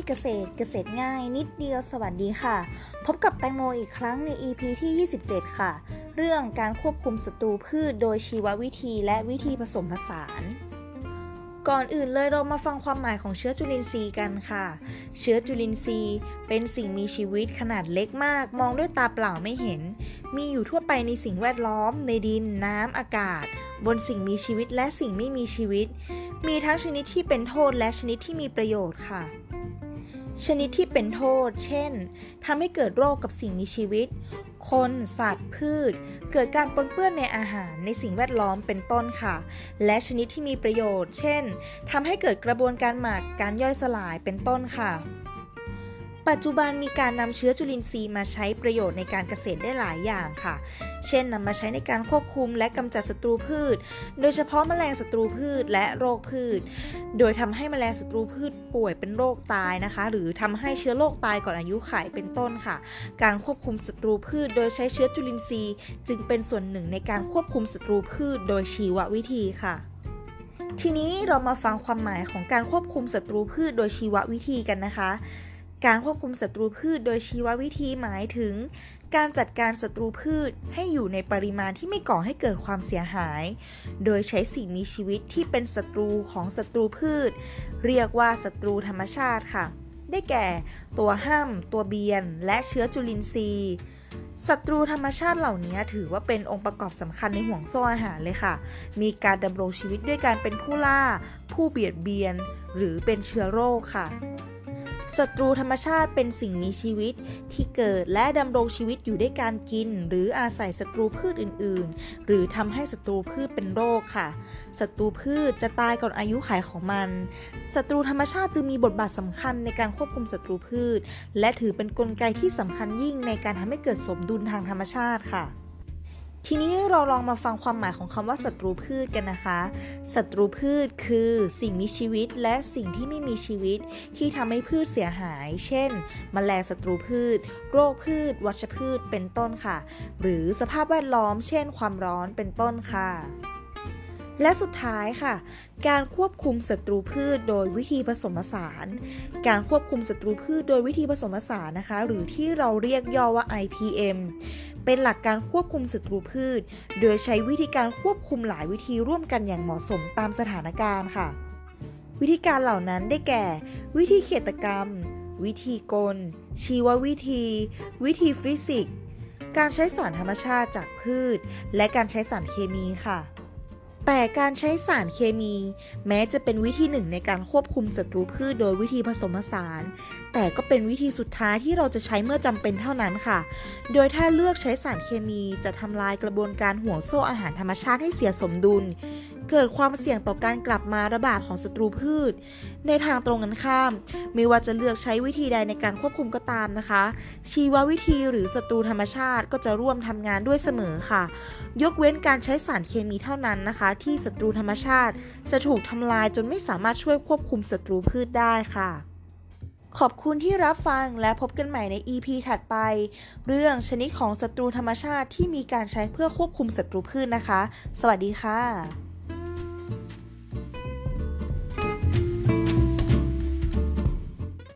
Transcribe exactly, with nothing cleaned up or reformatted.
เกษตรเกษตรง่ายนิดเดียวสวัสดีค่ะพบกับแตงโมอีกครั้งใน อี พี ที่ยี่สิบเจ็ดค่ะเรื่องการควบคุมศัตรูพืชโดยชีววิธีและวิธีผสมผสานก่อนอื่นเลยเรามาฟังความหมายของเชื้อจุลินทรีย์กันค่ะเชื้อจุลินทรีย์เป็นสิ่งมีชีวิตขนาดเล็กมากมองด้วยตาเปล่าไม่เห็นมีอยู่ทั่วไปในสิ่งแวดล้อมในดินน้ำอากาศบนสิ่งมีชีวิตและสิ่งไม่มีชีวิตมีทั้งชนิดที่เป็นโทษและชนิดที่มีประโยชน์ค่ะชนิดที่เป็นโทษเช่นทำให้เกิดโรคกับสิ่งมีชีวิตคนสัตว์พืชเกิดการปนเปื้อนในอาหารในสิ่งแวดล้อมเป็นต้นค่ะและชนิดที่มีประโยชน์เช่นทำให้เกิดกระบวนการหมักการย่อยสลายเป็นต้นค่ะปัจจุบันมีการนำเชื้อจุลินทรีย์มาใช้ประโยชน์ในการเกษตรได้หลายอย่างค่ะเช่นนำมาใช้ในการควบคุมและกำจัดศัตรูพืชโดยเฉพาะแมลงศัตรูพืชและโรคพืชโดยทำให้แมลงศัตรูพืชป่วยเป็นโรคตายนะคะหรือทำให้เชื้อโรคตายก่อนอายุขัยเป็นต้นค่ะการควบคุมศัตรูพืชโดยใช้เชื้อจุลินทรีย์จึงเป็นส่วนหนึ่งในการควบคุมศัตรูพืชโดยชีววิธีค่ะทีนี้เรามาฟังความหมายของการควบคุมศัตรูพืชโดยชีววิธีกันนะคะการควบคุมศัตรูพืชโดยชีววิธีหมายถึงการจัดการศัตรูพืชให้อยู่ในปริมาณที่ไม่ก่อให้เกิดความเสียหายโดยใช้สิ่งมีชีวิตที่เป็นศัตรูของศัตรูพืชเรียกว่าศัตรูธรรมชาติค่ะได้แก่ตัวห้ำตัวเบียนและเชื้อจุลินทรีย์ศัตรูธรรมชาติเหล่านี้ถือว่าเป็นองค์ประกอบสำคัญในห่วงโซ่อาหารเลยค่ะมีการดำรงชีวิตด้วยการเป็นผู้ล่าผู้เบียดเบียนหรือเป็นเชื้อโรคค่ะศัตรูธรรมชาติเป็นสิ่งมีชีวิตที่เกิดและดำรงชีวิตอยู่ด้วยการกินหรืออาศัยศัตรูพืชอื่นๆหรือทำให้ศัตรูพืชเป็นโรคค่ะศัตรูพืชจะตายก่อนอายุขัยของมันศัตรูธรรมชาติจึงมีบทบาทสำคัญในการควบคุมศัตรูพืชและถือเป็นกลไกที่สำคัญยิ่งในการทำให้เกิดสมดุลทางธรรมชาติค่ะทีนี้เราลองมาฟังความหมายของคำว่าศัตรูพืชกันนะคะศัตรูพืชคือสิ่งมีชีวิตและสิ่งที่ไม่มีชีวิตที่ทำให้พืชเสียหายเช่นแมลงศัตรูพืชโรคพืชวัชพืชเป็นต้นค่ะหรือสภาพแวดล้อมเช่นความร้อนเป็นต้นค่ะและสุดท้ายค่ะการควบคุมศัตรูพืชโดยวิธีผสมผสานการควบคุมศัตรูพืชโดยวิธีผสมผสานนะคะหรือที่เราเรียกย่อว่า ไอ พี เอ็ม เป็นหลักการควบคุมศัตรูพืชโดยใช้วิธีการควบคุมหลายวิธีร่วมกันอย่างเหมาะสมตามสถานการณ์ค่ะวิธีการเหล่านั้นได้แก่วิธีเฆตกรรมวิธีกลชีววิธีวิธีฟิสิกส์การใช้สารธรรมชาติจากพืชและการใช้สารเคมีค่ะแต่การใช้สารเคมีแม้จะเป็นวิธีหนึ่งในการควบคุมศัตรูพืชโดยวิธีผสมผสานแต่ก็เป็นวิธีสุดท้ายที่เราจะใช้เมื่อจำเป็นเท่านั้นค่ะโดยถ้าเลือกใช้สารเคมีจะทำลายกระบวนการห่วงโซ่อาหารธรรมชาติให้เสียสมดุลเกิดความเสี่ยงต่อการกลับมาระบาดของศัตรูพืชในทางตรงกันข้ามไม่ว่าจะเลือกใช้วิธีใดในการควบคุมก็ตามนะคะชีววิธีหรือศัตรูธรรมชาติก็จะร่วมทำงานด้วยเสมอค่ะยกเว้นการใช้สารเคมีเท่านั้นนะคะที่ศัตรูธรรมชาติจะถูกทำลายจนไม่สามารถช่วยควบคุมศัตรูพืชได้ค่ะขอบคุณที่รับฟังและพบกันใหม่ใน อี พี ถัดไปเรื่องชนิดของศัตรูธรรมชาติที่มีการใช้เพื่อควบคุมศัตรูพืชนะคะสวัสดีค่ะ